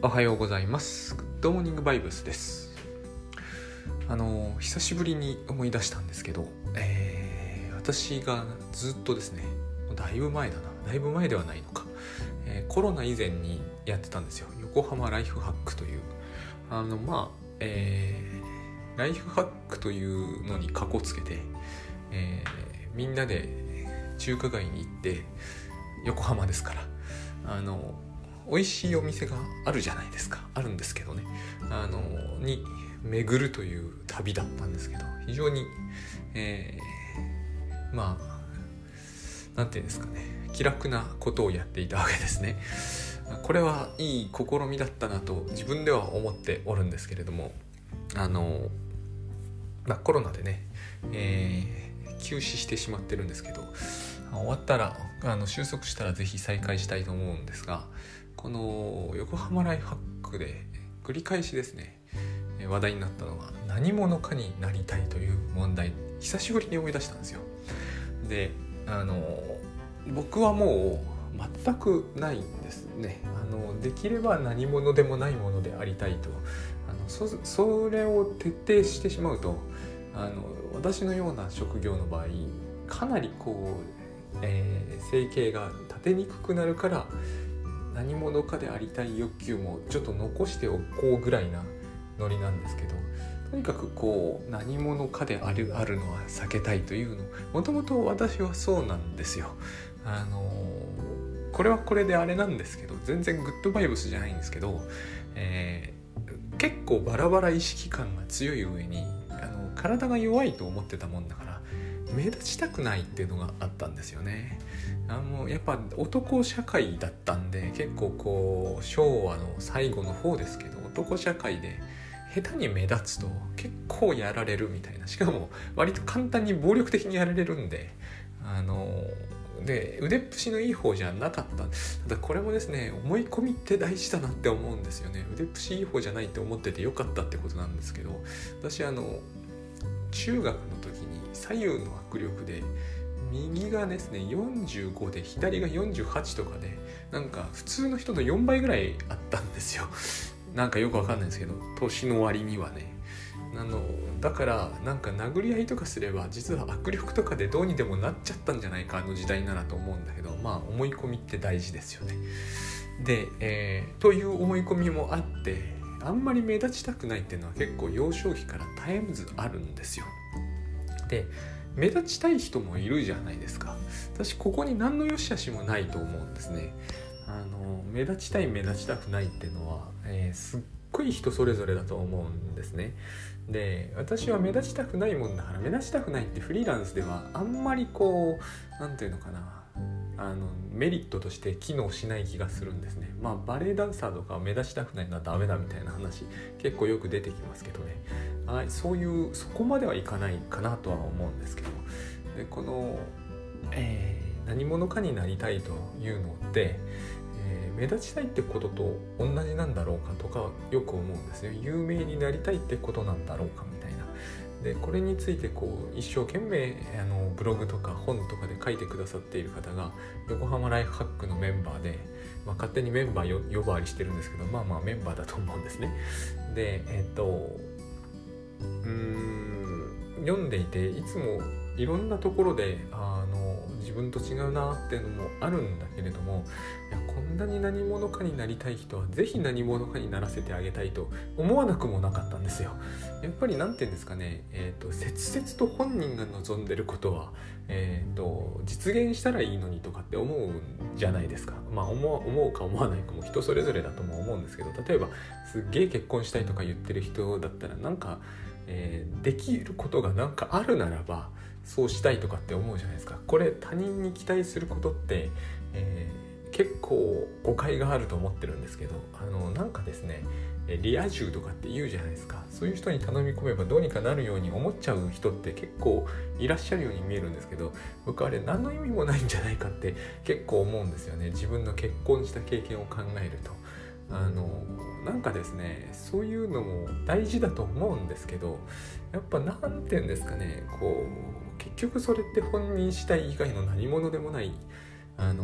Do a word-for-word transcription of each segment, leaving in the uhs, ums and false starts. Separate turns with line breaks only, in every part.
おはようございます。グッドモーニングバイブスです。あの久しぶりに思い出したんですけど、えー、私がずっとですね、だいぶ前だな、だいぶ前ではないのか、えー、コロナ以前にやってたんですよ。横浜ライフハックというあのまあ、えー、ライフハックというのにかこつけて、えー、みんなで中華街に行って、横浜ですからあの美味しいお店があるじゃないですか。あるんですけどね、あのに巡るという旅だったんですけど、非常に、えー、まあなんていうんですかね、気楽なことをやっていたわけですね。これはいい試みだったなと自分では思っておるんですけれども、あの、まあ、コロナでね、えー、休止してしまってるんですけど、終わったらあの収束したらぜひ再開したいと思うんですが、この横浜ライフハックで繰り返しですね、話題になったのが何者かになりたいという問題、久しぶりに思い出したんですよ。で、あの僕はもう全くないんですね。あのできれば何者でもないものでありたいと、あの そ, それを徹底してしまうと、あの私のような職業の場合かなりこう、えー、生計が立てにくくなるから、何者かでありたい欲求もちょっと残しておこうぐらいなノリなんですけど、とにかくこう何者かである、あるのは避けたいというの、もともと私はそうなんですよ。あのー、これはこれであれなんですけど、全然グッドバイブスじゃないんですけど、えー、結構バラバラ意識感が強い上に、あの体が弱いと思ってたもんだから目立ちたくないっていうのがあったんですよね。あのやっぱ男社会だったんで、結構こう昭和の最後の方ですけど、男社会で下手に目立つと結構やられるみたいな、しかも割と簡単に暴力的にやられるんで、あので腕っぷしのいい方じゃなかった。ただこれもですね、思い込みって大事だなって思うんですよね。腕っぷしいい方じゃないって思っててよかったってことなんですけど、私あの中学の時に左右の握力で右がですねよんじゅうごで左がよんじゅうはちとかで、なんか普通の人のよんばいぐらいあったんですよ。なんかよくわかんないですけど、年の割にはね。あのだからなんか殴り合いとかすれば実は握力とかでどうにでもなっちゃったんじゃないか、あの時代ならと思うんだけど、まあ思い込みって大事ですよね。で、えー、という思い込みもあって、あんまり目立ちたくないっていうのは結構幼少期から絶えずあるんですよ。で、目立ちたい人もいるじゃないですか。私ここに何の良し悪しもないと思うんですね。あの目立ちたい目立ちたくないっていうのは、えー、すっごい人それぞれだと思うんですね。で、私は目立ちたくないもんだから、目立ちたくないってフリーランスではあんまりこうなんていうのかな、あのメリットとして機能しない気がするんですね。まあバレエダンサーとか目立ちたくないのはダメだみたいな話結構よく出てきますけどね、あ、そういうそこまではいかないかなとは思うんですけど、でこの、えー、何者かになりたいというのって、えー、目立ちたいってことと同じなんだろうかとかよく思うんですよ。有名になりたいってことなんだろうかみたいな。でこれについてこう一生懸命あのブログとか本とかで書いてくださっている方が横浜ライフハックのメンバーで、まあ、勝手にメンバー呼ばわりしてるんですけど、まあまあメンバーだと思うんですね。でえっとうーん読んでいて、いつもいろんなところであの自分と違うなっていうのもあるんだけれども、いやこんなに何者かになりたい人はぜひ何者かにならせてあげたいと思わなくもなかったんですよ。やっぱりなんていうんですかね、えーと、切々と本人が望んでることは、えーと、実現したらいいのにとかって思うじゃないですか。まあ思う、思うか思わないかも人それぞれだとも思うんですけど、例えばすっげえ結婚したいとか言ってる人だったら、なんか、えー、できることがなんかあるならばそうしたいとかって思うじゃないですか。これ他人に期待することって、えー、結構誤解があると思ってるんですけど、あのなんかですね、リア充とかって言うじゃないですか。そういう人に頼み込めばどうにかなるように思っちゃう人って結構いらっしゃるように見えるんですけど、僕あれ何の意味もないんじゃないかって結構思うんですよね。自分の結婚した経験を考えると、あのなんかですね、そういうのも大事だと思うんですけど、やっぱなんていうんですかね、こう結局それって本人次第以外の何者でもない、あの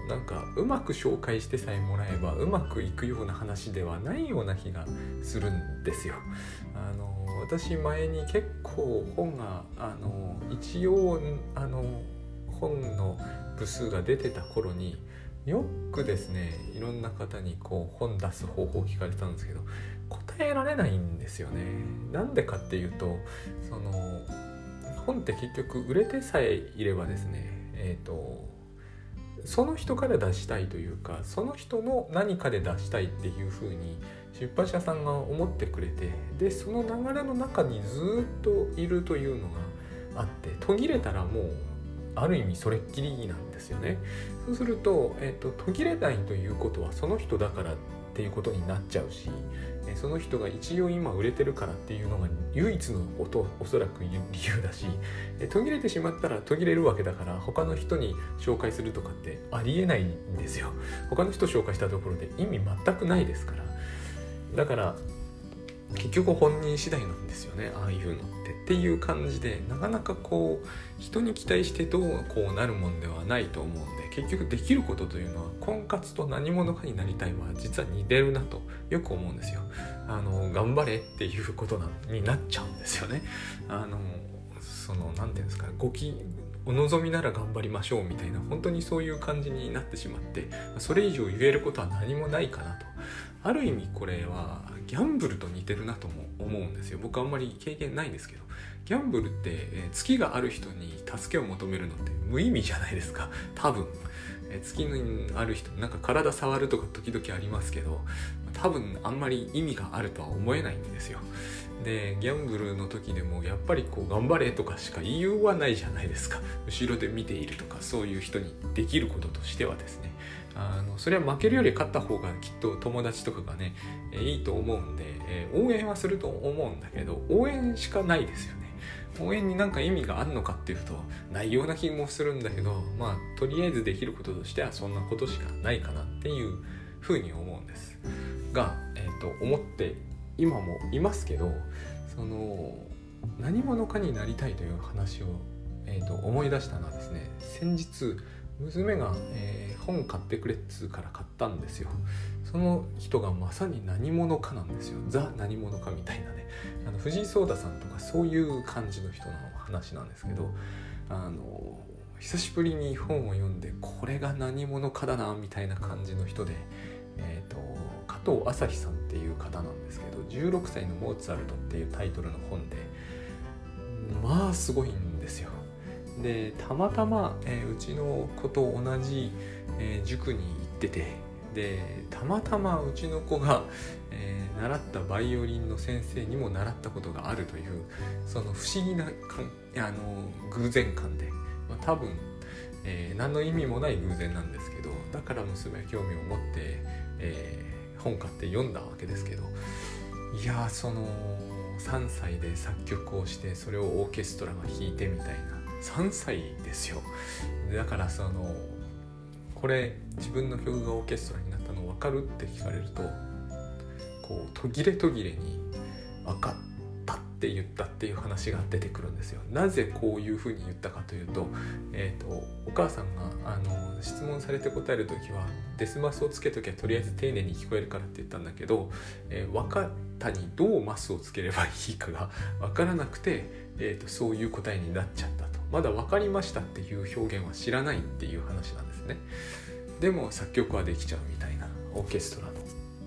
なんかうまく紹介してさえもらえばうまくいくような話ではないような気がするんですよ。あの私前に結構本があの一応あの本の部数が出てた頃によくですねいろんな方にこう本出す方法を聞かれたんですけど答えられないんですよね。なんでかっていうとその本って結局売れてさえいればですねえっとその人から出したいというかその人の何かで出したいっていう風に出版社さんが思ってくれてでその流れの中にずっといるというのがあって途切れたらもうある意味それっきりなんですよね。そうすると、えっと、途切れないということはその人だからっていうことになっちゃうしその人が一応今売れてるからっていうのが唯一のおとおそらく理由だし途切れてしまったら途切れるわけだから他の人に紹介するとかってありえないんですよ。他の人紹介したところで意味全くないですから。だから結局本人次第なんですよねああいうのってっていう感じでなかなかこう人に期待してどうこうなるもんではないと思うんで結局できることというのは婚活と何者かになりたいは実は似てるなとよく思うんですよ。あの頑張れっていうことなになっちゃうんですよね。あのそのなんていうんですかごきお望みなら頑張りましょうみたいな本当にそういう感じになってしまってそれ以上言えることは何もないかなと。ある意味これはギャンブルと似てるなとも思うんですよ。僕あんまり経験ないんですけどギャンブルって、えー、月がある人に助けを求めるのって無意味じゃないですか多分、えー、月にある人なんか体触るとか時々ありますけど多分あんまり意味があるとは思えないんですよ。でギャンブルの時でもやっぱりこう頑張れとかしか言いようはないじゃないですか。後ろで見ているとかそういう人にできることとしてはですねあのそれは負けるより勝った方がきっと友達とかがね、えー、いいと思うんで、えー、応援はすると思うんだけど応援しかないですよね。応援に何か意味があるのかっていうとないような気もするんだけどまあとりあえずできることとしてはそんなことしかないかなっていうふうに思うんですが、えー、と思って今もいますけどその何者かになりたいという話を、えー、と思い出したのはですね先日娘が、えー、本買ってくれっつうから買ったんですよ。その人がまさに何者かなんですよ。ザ何者かみたいなねあの藤井聡太さんとかそういう感じの人の話なんですけどあの久しぶりに本を読んでこれが何者かだなみたいな感じの人で、えーと、加藤朝日さんっていう方なんですけどじゅうろくさいのモーツァルトっていうタイトルの本でまあすごいんですよ。でたまたま、えー、うちの子と同じ、えー、塾に行っててでたまたまうちの子が、えー、習ったバイオリンの先生にも習ったことがあるというその不思議なかんあの偶然感で、まあ、多分、えー、何の意味もない偶然なんですけどだから娘は興味を持って、えー、本買って読んだわけですけどいやそのさんさいで作曲をしてそれをオーケストラが弾いてみたいなさんさいですよ。だからそのこれ自分の曲がオーケストラになったの分かるって聞かれるとこう途切れ途切れに分かったって言ったっていう話が出てくるんですよ。なぜこういうふうに言ったかというと、えーと、お母さんがあの質問されて答えるときはデスマスをつけときゃとりあえず丁寧に聞こえるからって言ったんだけど、えー、分かったにどうマスをつければいいかが分からなくて、えーと、そういう答えになっちゃったと。まだ分かりましたっていう表現は知らないっていう話なんですね。でも作曲はできちゃうみたいなオーケストラの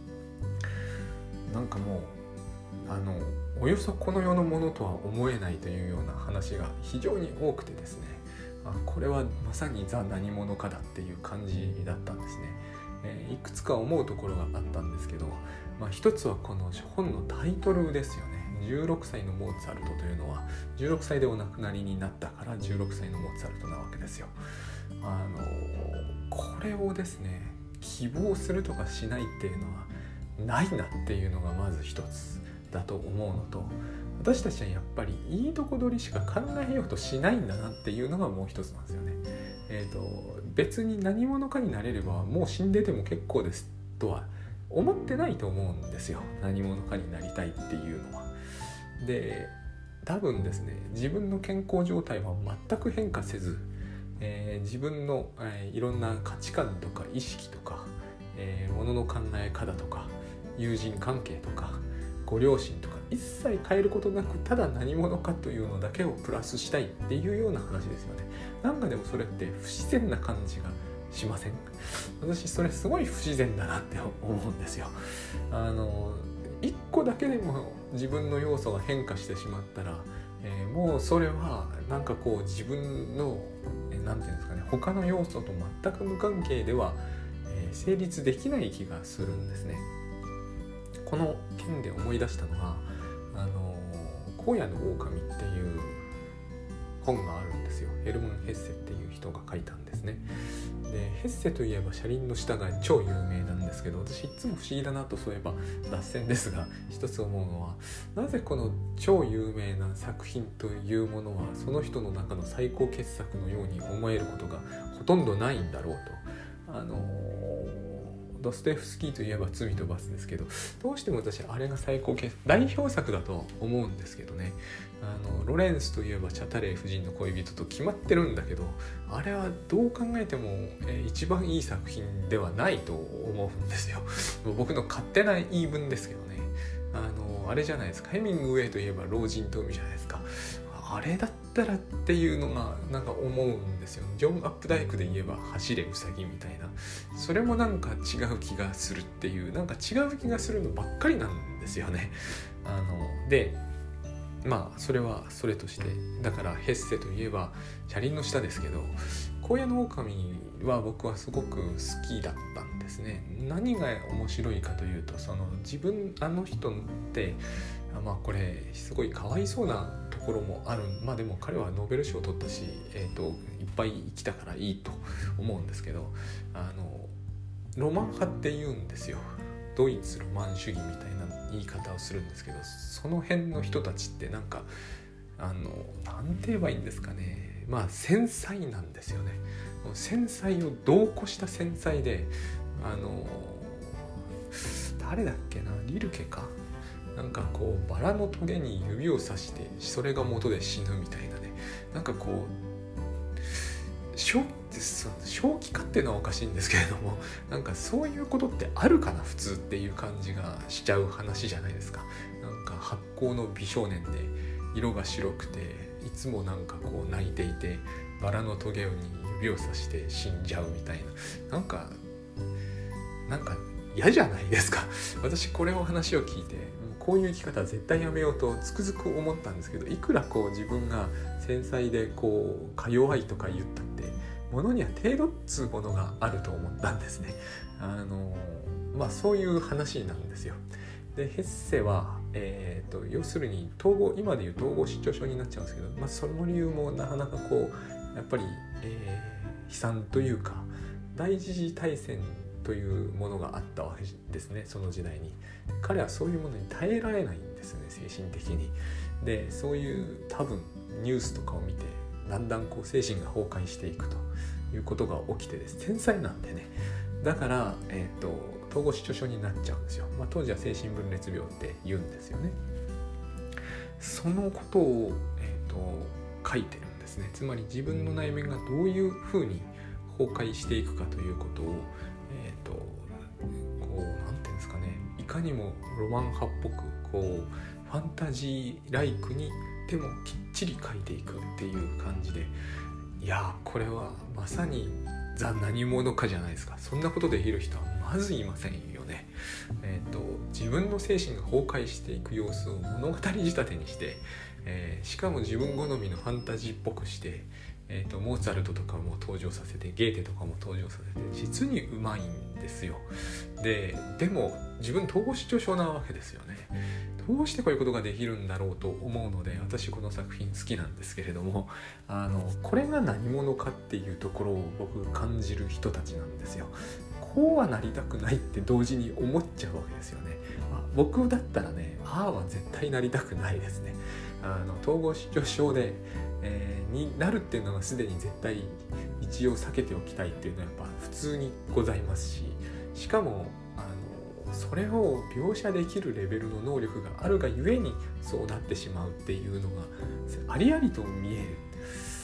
なんかもうあのおよそこの世のものとは思えないというような話が非常に多くてですねあこれはまさにザ何者かだっていう感じだったんですね、えー、いくつか思うところがあったんですけど、まあ、一つはこの本のタイトルですよね。じゅうろくさいのモーツァルトというのはじゅうろくさいでお亡くなりになったからじゅうろくさいのモーツァルトなわけですよ。あのこれをですね希望するとかしないっていうのはないなっていうのがまず一つだと思うのと私たちはやっぱりいいとこ取りしか考えようとしないんだなっていうのがもう一つなんですよね。えーと、別に何者かになれればもう死んでても結構ですとは思ってないと思うんですよ。何者かになりたいっていうのは。で多分ですね自分の健康状態は全く変化せずえー、自分の、えー、いろんな価値観とか意識とか、えー、ものの考え方とか友人関係とかご両親とか一切変えることなく、ただ何者かというのだけをプラスしたいっていうような話ですよね。なんかでもそれって不自然な感じがしません？私それすごい不自然だなって思うんですよ。あの一個だけでも自分の要素が変化してしまったら、えー、もうそれはなんかこう自分のなんていうんですかね、他の要素と全く無関係では、えー、成立できない気がするんですね。この件で思い出したのが、あの荒野の狼っていう本があるんですよ。ヘルマン・ヘッセっていう人が書いたんですね。でヘッセといえば車輪の下が超有名なんですけど、私いつも不思議だなと、そういえば脱線ですが一つ思うのは、なぜこの超有名な作品というものはその人の中の最高傑作のように思えることがほとんどないんだろうと。あのドストエフスキーといえば罪と罰ですけど、どうしても私あれが最高傑代表作だと思うんですけどね。あのロレンスといえばチャタレー夫人の恋人と決まってるんだけど、あれはどう考えても、えー、一番いい作品ではないと思うんですよ。僕の勝手な言い分ですけどね。あのあれじゃないですか、ヘミングウェイといえば老人と海じゃないですか。あれだったらっていうのがなんか思うんですよ。ジョン・アップダイクで言えば走れウサギみたいな、それもなんか違う気がするっていう、なんか違う気がするのばっかりなんですよね。あのでまあそれはそれとして、だからヘッセといえば車輪の下ですけど、荒野の狼は僕はすごく好きだったんですね。何が面白いかというと、その自分あの人ってまあこれすごいかわいそうなところもある。まあでも彼はノーベル賞を取ったし、えーと、いっぱい生きたからいいと思うんですけど、あのロマン派って言うんですよ。ドイツロマン主義みたいな言い方をするんですけど、その辺の人たちってなんかあのなんて言えばいいんですかね、まあ繊細なんですよね。繊細を度を越した繊細で、あの誰だっけな、リルケかなんかこうバラのトゲに指を刺してそれが元で死ぬみたいなね、なんかこう正気かっていうのはおかしいんですけれども、なんかそういうことってあるかな普通っていう感じがしちゃう話じゃないですか。なんか発光の美少年で色が白くていつもなんかこう泣いていてバラのトゲに指を刺して死んじゃうみたいな、なんかなんか嫌じゃないですか。私これを話を聞いてこういう生き方は絶対やめようとつくづく思ったんですけど、いくらこう自分が繊細でこうか弱いとか言ったってものには程度っつうものがあると思ったんですね。あのまあそういう話なんですよ。でヘッセは、えー、と要するに統合今でいう統合失調症になっちゃうんですけど、まあ、その理由もなかなかこうやっぱり、えー、悲惨というか第一次大戦というものがあったわけですね。その時代に彼はそういうものに耐えられないんですね、精神的に。でそういう多分ニュースとかを見てだんだんこう精神が崩壊していくということが起きてです、天才なんでね、だから、えー、と統合失調症になっちゃうんですよ。まあ、当時は精神分裂病って言うんですよね。そのことを、えー、と書いてるんですね。つまり自分の内面がどういうふうに崩壊していくかということを、えー、とこうなんていうんですかね、いかにもロマン派っぽくこうファンタジーライクにでもきっちり書いていくっていう感じで、いやこれはまさにザ何者かじゃないですか。そんなことできる人はまずいませんよね。えーと、自分の精神が崩壊していく様子を物語仕立てにして、えー、しかも自分好みのファンタジーっぽくして、えーと、モーツァルトとかも登場させてゲーテとかも登場させて実にうまいんですよ。ででも自分統合失調症なわけですよね。どうしてこういうことができるんだろうと思うので、私この作品好きなんですけれども、あのこれが何者かっていうところを僕感じる人たちなんですよ。こうはなりたくないって同時に思っちゃうわけですよね。まあ、僕だったらね、ああは絶対なりたくないですね。あの統合失調症で、えー、になるっていうのがすでに絶対一応避けておきたいっていうのはやっぱ普通にございますし、しかもあのそれを描写できるレベルの能力があるがゆえにそうなってしまうっていうのがありありと見える。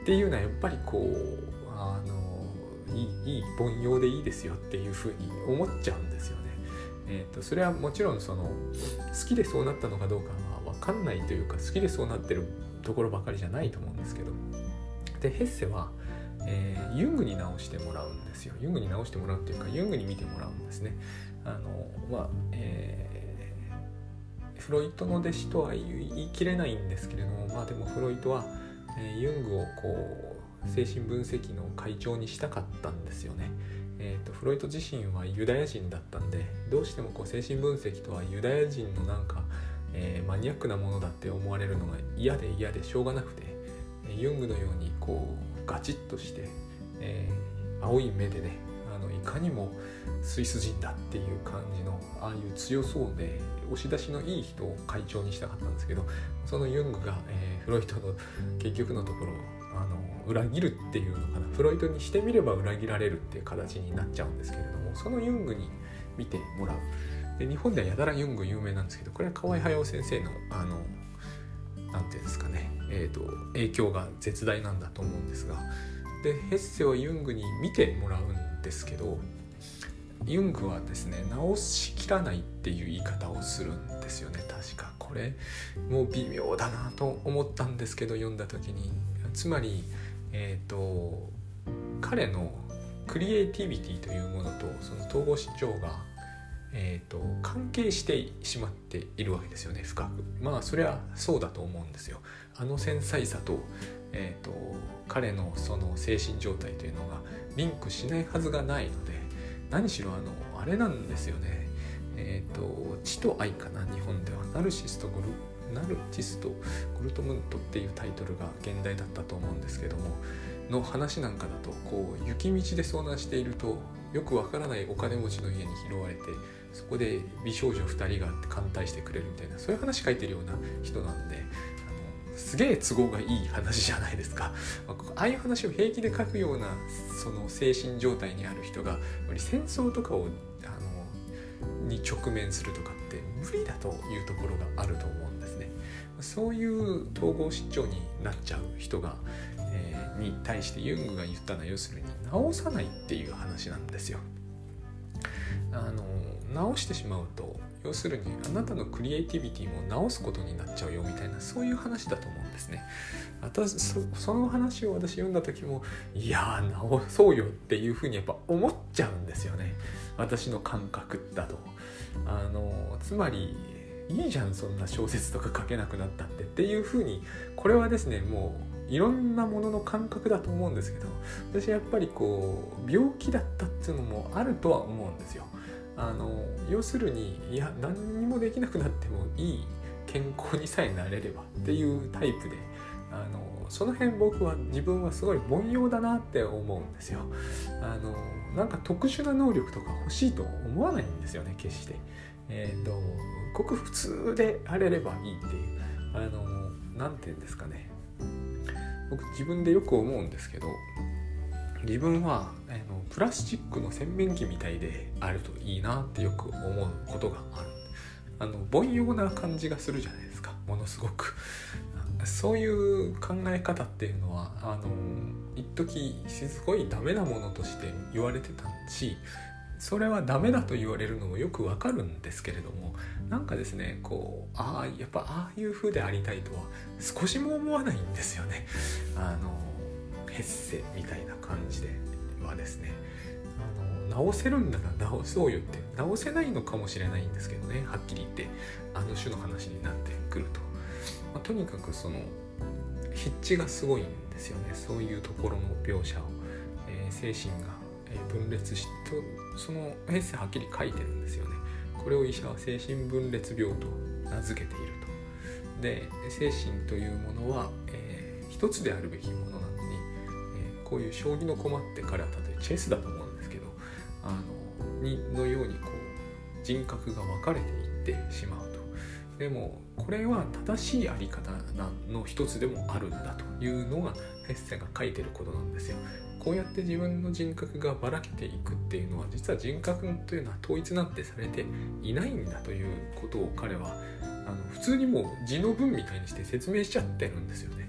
っていうのはやっぱりこうあのいい、いい凡庸でいいですよっていうふうに思っちゃうんですよね。えーと、それはもちろんその好きでそうなったのかどうかは分かんないというか、好きでそうなってるところばかりじゃないと思うんですけど、でヘッセは、えー、ユングに直してもらうんですよ。ユングに直してもらうっていうか、ユングに見てもらうんですね。あのまあ、えー、フロイトの弟子とは言い切れないんですけれども、まあでもフロイトは、えー、ユングをこう精神分析の会長にしたかったんですよね。えーと、フロイト自身はユダヤ人だったんで、どうしてもこう精神分析とはユダヤ人のなんか、えー、マニアックなものだって思われるのが嫌で嫌でしょうがなくて、ユングのようにこうガチッとして、えー、青い目でね、あのいかにもスイス人だっていう感じのああいう強そうで押し出しのいい人を会長にしたかったんですけど、そのユングが、えー、フロイトの結局のところあの裏切るっていうのかな、フロイトにしてみれば裏切られるっていう形になっちゃうんですけれども、そのユングに見てもらう。で日本ではやたらユング有名なんですけど、これは河合隼先生のあのなんていうんですかね、えーと、影響が絶大なんだと思うんですが、でヘッセはユングに見てもらうんですけど、ユングはですね、直しきらないっていう言い方をするんですよね。確かこれもう微妙だなと思ったんですけど、読んだ時に、つまりえーと彼のクリエイティビティというものとその統合失調がえーと関係してしまっているわけですよね、深く。まあそれはそうだと思うんですよ。あの繊細さと、えーと彼のその精神状態というのがリンクしないはずがないので、何しろあのあれなんですよね。えーと知と愛かな、日本ではナルシストグルナルチストグルトムントっていうタイトルが現代だったと思うんですけども、の話なんかだと、こう雪道で遭難しているとよくわからないお金持ちの家に拾われて、そこで美少女ふたりが歓待してくれるみたいな、そういう話書いてるような人なんで、あのすげえ都合がいい話じゃないですか。ああいう話を平気で書くようなその精神状態にある人が戦争とかをあのに直面するとかって無理だというところがあると思うんですね。そういう統合失調になっちゃう人が、えー、に対してユングが言ったのは、要するに直さないっていう話なんですよ。あの直してしまうと、要するにあなたのクリエイティビティも直すことになっちゃうよみたいな、そういう話だと思うんですね。私 そ, その話を私読んだ時も、いやー直そうよっていうふうにやっぱ思っちゃうんですよね、私の感覚だと。あのつまりいいじゃんそんな小説とか書けなくなったってっていうふうに、これはですね、もういろんなものの感覚だと思うんですけど、私やっぱりこう病気だったっていうのもあるとは思うんですよ。あの要するに、いや何にもできなくなってもいい健康にさえなれればっていうタイプで、あのその辺僕は自分はすごい凡庸だなって思うんですよ。あのなんか特殊な能力とか欲しいと思わないんですよね、決して。えーとごく普通であれればいいっていう、あのなんていうんですかね、僕自分でよく思うんですけど、自分はあのプラスチックの洗面器みたいであるといいなってよく思うことがある。あの凡庸な感じがするじゃないですか、ものすごく。そういう考え方っていうのはあの一時すごいダメなものとして言われてたし、それはダメだと言われるのもよくわかるんですけれども、なんかですね、こうああやっぱああいう風でありたいとは少しも思わないんですよね。あのヘッセみたいな感じではですね、あの直せるんだら直そうよって、直せないのかもしれないんですけどね、はっきり言ってあの種の話になってくると、まあ、とにかくその筆致がすごいんですよね。そういうところの描写を、えー、精神が分裂しと、そのヘッセはっきり書いてるんですよね。これを医者は精神分裂病と名付けていると。で精神というものは、えー、一つであるべきものなのに、えー、こういう将棋の駒って彼は例えばチェスだと思うんですけど、あのにのようにこう人格が分かれていってしまうと。でもこれは正しいあり方の一つでもあるんだというのがヘッセが書いてることなんですよ。こうやって自分の人格がばらけていくっていうのは、実は人格というのは統一なんてされていないんだということを彼はあの普通にもう字の文みたいにして説明しちゃってるんですよね。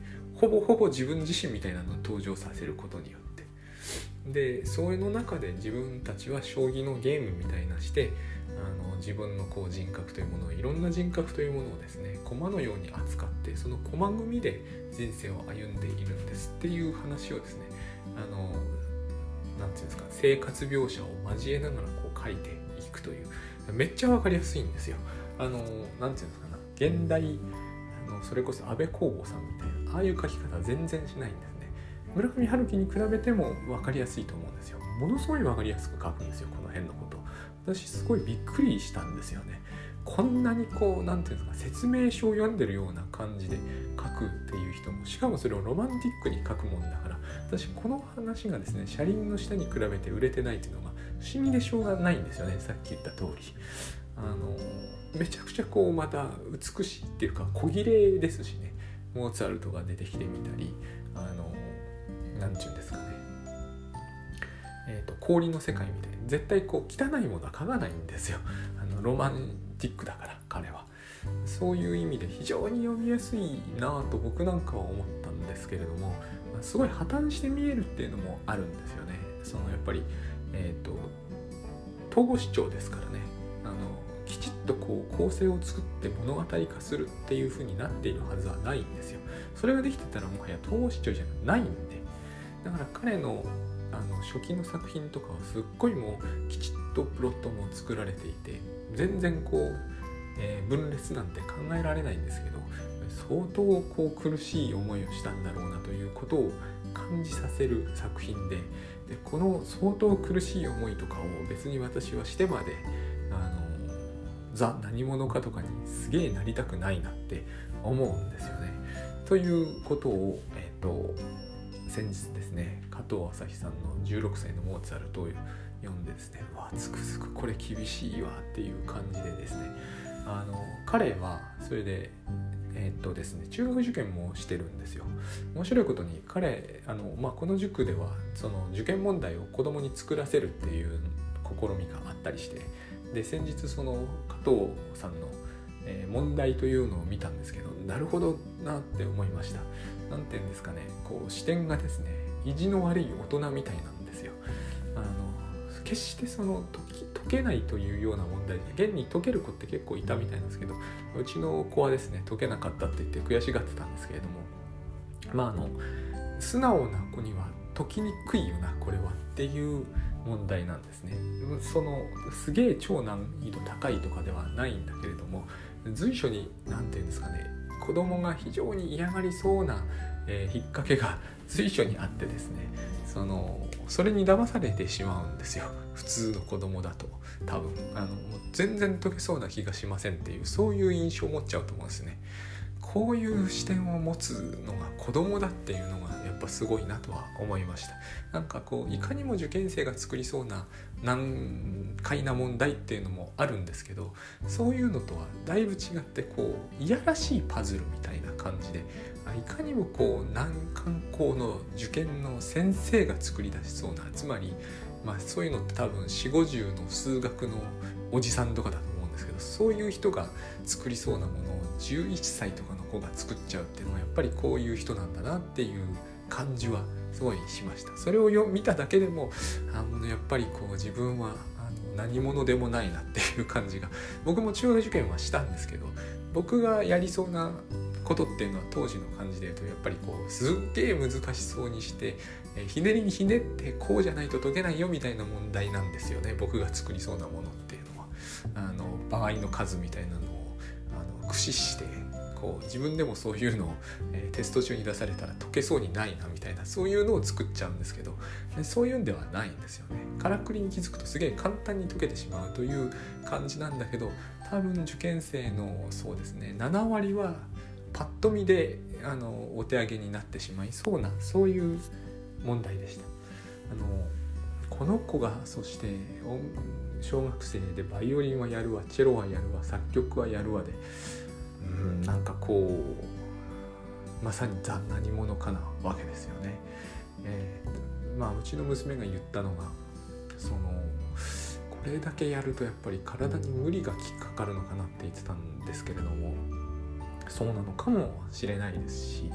ほぼほぼ自分自身みたいなのを登場させることによってでそれの中で自分たちは将棋のゲームみたいなしてあの自分のこう人格というものをいろんな人格というものをですね駒のように扱ってその駒組みで人生を歩んでいるんですっていう話をですねあのなんていうんですか生活描写を交えながらこう書いていくというめっちゃわかりやすいんですよ。あのなんていうんですかな現代あのそれこそ安部公房さんみたいなああいう書き方は全然しないんですね。村上春樹に比べても分かりやすいと思うんですよ。ものすごい分かりやすく書くんですよこの辺のこと。私すごいびっくりしたんですよね。こんなにこうなんていうんですか説明書を読んでるような感じで書くっていう人もしかもそれをロマンティックに書くもんだから私この話がですね車輪の下に比べて売れてないっていうのが不思議でしょうがないんですよね。さっき言った通りあのめちゃくちゃこうまた美しいっていうか小綺麗ですしね。モーツァルトが出てきてみたりあのなんていうんですかねえーと氷の世界みたいに絶対こう汚いものは描かないんですよ。あのロマンティックだから彼はそういう意味で非常に読みやすいなと僕なんかは思ったんですけれども、まあ、すごい破綻して見えるっていうのもあるんですよね。そのやっぱりえっと統合失調ですからねあのきちっとこう構成を作って物語化するっていう風になっているはずはないんですよ。それができてたらもはや統合失調じゃないんでだから彼のあの初期の作品とかはすっごいもうきちっとプロットも作られていて全然こう、えー、分裂なんて考えられないんですけど相当こう苦しい思いをしたんだろうなということを感じさせる作品 で, でこの相当苦しい思いとかを別に私はしてまであのザ何者かとかにすげえなりたくないなって思うんですよね。ということをえっ、ー、と先日ですね加藤朝日さんのじゅうろくさいのモーツァルトを読んでですねうわつくづくこれ厳しいわっていう感じでですねあの彼はそれでえーっとですね中学受験もしてるんですよ。面白いことに彼あの、まあ、この塾ではその受験問題を子供に作らせるっていう試みがあったりしてで先日その加藤さんの、えー、問題というのを見たんですけどなるほどなって思いました。なんていうんですかねこう視点がですね意地の悪い大人みたいなんですよ。あの決してその解き解けないというような問題で現に解ける子って結構いたみたいなんですけどうちの子はですね解けなかったって言って悔しがってたんですけれどもまああの素直な子には解きにくいよなこれはっていう問題なんですね。そのすげえ超難易度高いとかではないんだけれども随所になんていうんですかね子供が非常に嫌がりそうな、えー、引っ掛けが随所にあってですねそのそれに騙されてしまうんですよ普通の子供だと多分あのもう全然解けそうな気がしませんっていうそういう印象を持っちゃうと思うんですね。こういう視点を持つのが子供だっていうのがやっぱすごいなとは思いました。なんかこういかにも受験生が作りそうな難解な問題っていうのもあるんですけどそういうのとはだいぶ違ってこういやらしいパズルみたいな感じでいかにもこう難関校の受験の先生が作り出しそうなつまりまあそういうのって多分よんじゅうごじゅうの数学のおじさんとかだと思うんですけどそういう人が作りそうなものをじゅういっさいとかの子が作っちゃうっていうのはやっぱりこういう人なんだなっていう感じはすごいしました。それをよ見ただけでもあのやっぱりこう自分はあの何者でもないなっていう感じが僕も中学受験はしたんですけど僕がやりそうなことっていうのは当時の感じで言うとやっぱりこうすっげえ難しそうにしてえひねりにひねってこうじゃないと解けないよみたいな問題なんですよね。僕が作りそうなものっていうのはあの場合の数みたいなのをあの駆使してこう自分でもそういうのを、えー、テスト中に出されたら解けそうにないなみたいなそういうのを作っちゃうんですけどそういうんではないんですよね。からくりに気づくとすげえ簡単に解けてしまうという感じなんだけど多分受験生のそうですねななわりはパッと見であのお手上げになってしまいそうなそういう問題でした。あのこの子がそして小学生でバイオリンはやるわチェロはやるわ作曲はやるわでうんなんかこうまさにザ何者かなわけですよね。えー、まあうちの娘が言ったのがそのこれだけやるとやっぱり体に無理がきかかるのかなって言ってたんですけれどもそうなのかもしれないですし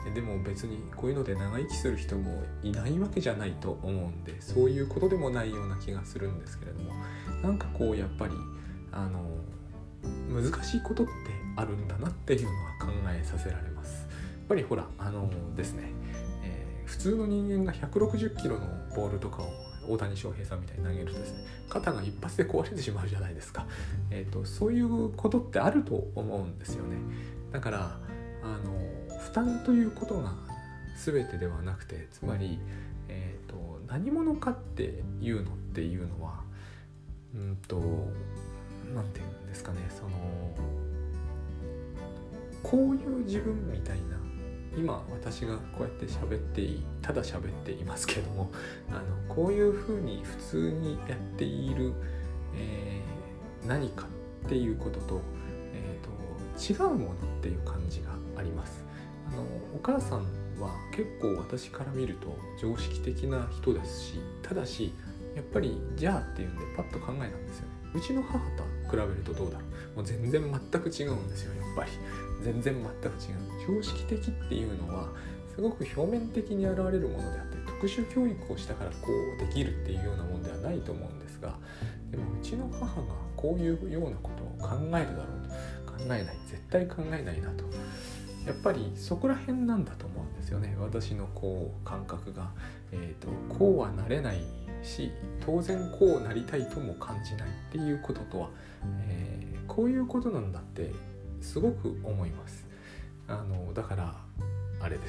でも別にこういうので長生きする人もいないわけじゃないと思うんで、そういうことでもないような気がするんですけれども、なんかこうやっぱりあの難しいことってあるんだなっていうのは考えさせられます。やっぱりほらあのですね、えー、普通の人間がひゃくろくじゅっキロのボールとかを大谷翔平さんみたいに投げるとですね、肩が一発で壊れてしまうじゃないですか。えーと、そういうことってあると思うんですよね。だからあの負担ということが全てではなくて、つまり、えーと、何者かっていうのっていうのはうんとなんていうんですかね、そのこういう自分みたいな、今私がこうやって喋ってただ喋っていますけども、あのこういうふうに普通にやっている、えー、何かっていうことと、えーと、違うものっていう感じがあります。あのお母さんは結構私から見ると常識的な人ですし、ただしやっぱりじゃあっていうんでパッと考えたんですよね。うちの母と比べるとどうだろう、もう全然全く違うんですよ。やっぱり全然全く違う。常識的っていうのはすごく表面的に現れるものであって、特殊教育をしたからこうできるっていうようなものではないと思うんですが、でもうちの母がこういうようなことを考えるだろうと、考えない、絶対考えないなと、やっぱりそこら辺なんだと思うんですよね。私のこう感覚が、えーと、こうはなれないし、当然こうなりたいとも感じないっていうこととは、えー、こういうことなんだってすごく思います。あのだからあれです、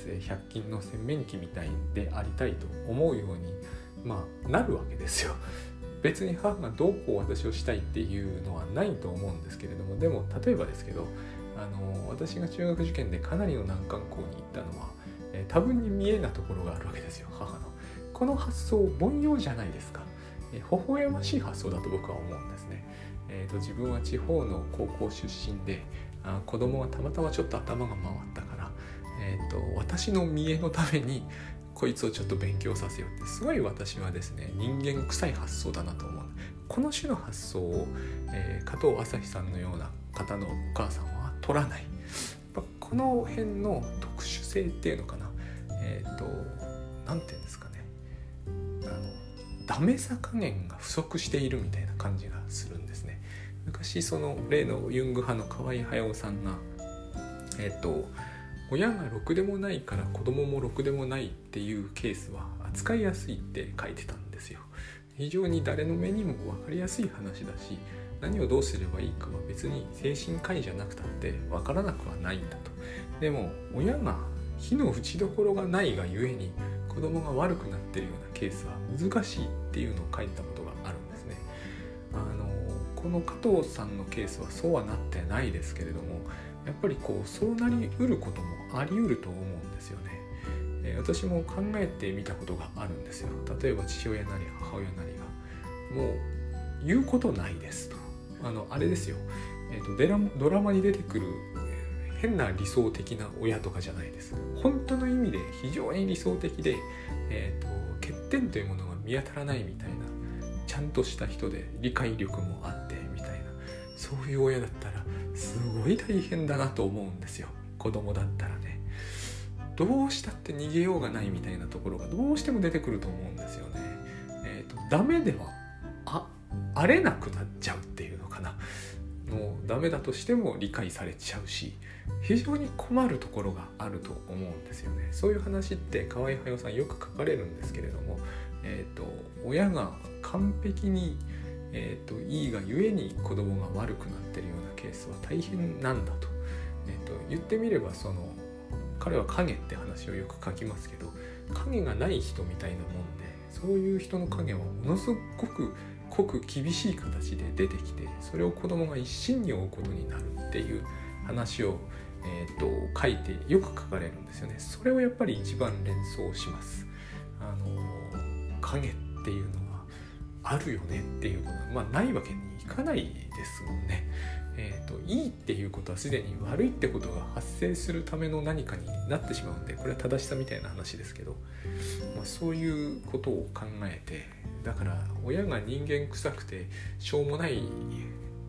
ひゃく均の洗面器みたいでありたいと思うように、まあ、なるわけですよ。別に母がどうこう私をしたいっていうのはないと思うんですけれども、でも例えばですけど、あの私が中学受験でかなりの難関校に行ったのは、えー、多分に見えなところがあるわけですよ。母のこの発想凡庸じゃないですか。えー、微笑ましい発想だと僕は思うんですね。えーと、自分は地方の高校出身で、あ子供がたまたまちょっと頭が回ったから、えーと、私の見栄のためにこいつをちょっと勉強させようって、すごい私はですね、人間臭い発想だなと思う。この種の発想を、えー、加藤朝日さんのような方のお母さんは取らない。この辺の特殊性っていうのかな、えーと、なんていうんですかね、あのダメさ加減が不足しているみたいな感じがするんですね。昔その例のユング派の河合隼さんが、えっと親がろくでもないから子供もろくでもないっていうケースは扱いやすいって書いてたんですよ。非常に誰の目にも分かりやすい話だし、何をどうすればいいかは別に精神科医じゃなくたって分からなくはないんだと。でも親が火の打ちどころがないがゆえに子供が悪くなっているようなケースは難しいっていうのを書いたことがあるんですね。あのこの加藤さんのケースはそうはなってないですけれども、やっぱりこうそうなりうることもありうると思うんですよね。えー、私も考えてみたことがあるんですよ。例えば父親なり母親なりがもう言うことないですと、あのあれですよ、えーと、ドラマ、ドラマに出てくる変な理想的な親とかじゃないです。本当の意味で非常に理想的で、えーと、欠点というものが見当たらないみたいな、ちゃんとした人で理解力もあってみたいな、そういう親だったらすごい大変だなと思うんですよ。子供だったらね、どうしたって逃げようがないみたいなところがどうしても出てくると思うんですよね。えーと、ダメではああれなくなっちゃうっていうのかな、もうダメだとしても理解されちゃうし、非常に困るところがあると思うんですよね。そういう話って河合隼さんよく書かれるんですけれども、えーと、親が完璧に、えーと、いいがゆえに子供が悪くなっているようなケースは大変なんだと。えーと、言ってみればその彼は影って話をよく書きますけど、影がない人みたいなもんで、そういう人の影はものすごく濃く厳しい形で出てきて、それを子供が一身に負うことになるっていう話を、えー、と書いてよく書かれるんですよね。それをやっぱり一番連想します。あの影っていうのはあるよねっていうのが、まあ、ないわけにいかないですもんね。えー、といいっていうことはすでに悪いってことが発生するための何かになってしまうんで、これは正しさみたいな話ですけど、まあ、そういうことを考えて、だから親が人間臭くてしょうもない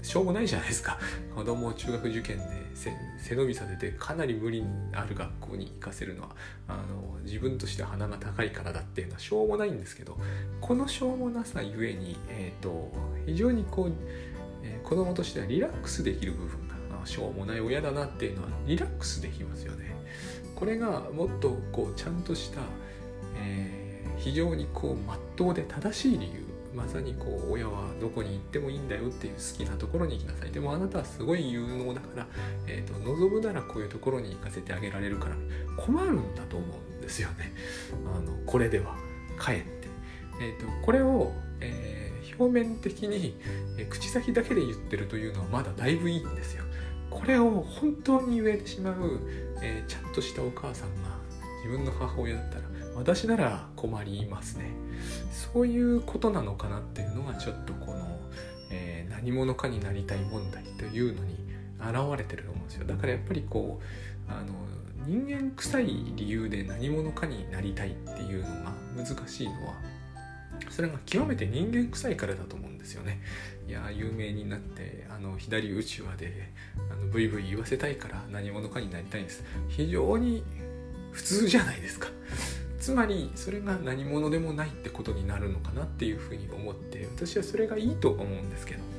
しょうもないじゃないですか。子供を中学受験で背背伸びさせてかなり無理にある学校に行かせるのはあの自分としては鼻が高いからだっていうのはしょうもないんですけど、このしょうもなさゆえに、えー、と非常にこう、えー、子供としてはリラックスできる部分がしょうもない親だなっていうのはリラックスできますよね。これがもっとこうちゃんとした、えー、非常にこう真っ当で正しい理由、まさにこう親はどこに行ってもいいんだよっていう好きなところに行きなさい、でもあなたはすごい有能だから、えー、と望むならこういうところに行かせてあげられるから困るんだと思うんですよね。あのこれではかえって、えー、とこれを、えー、表面的に、えー、口先だけで言ってるというのはまだだいぶいいんですよ。これを本当に言えてしまう、えー、ちゃんとしたお母さんが自分の母親だったら私なら困りますね。そういうことなのかなっていうのがちょっとこの、えー、何者かになりたい問題というのに現れてると思うんですよ。だからやっぱりこうあの人間臭い理由で何者かになりたいっていうのが難しいのは、それが極めて人間臭いからだと思うんですよね。いや有名になってあの左打ち輪であのブイブイ言わせたいから何者かになりたいんです。非常に普通じゃないですか。つまりそれが何者でもないってことになるのかなっていうふうに思って、私はそれがいいと思うんですけどね。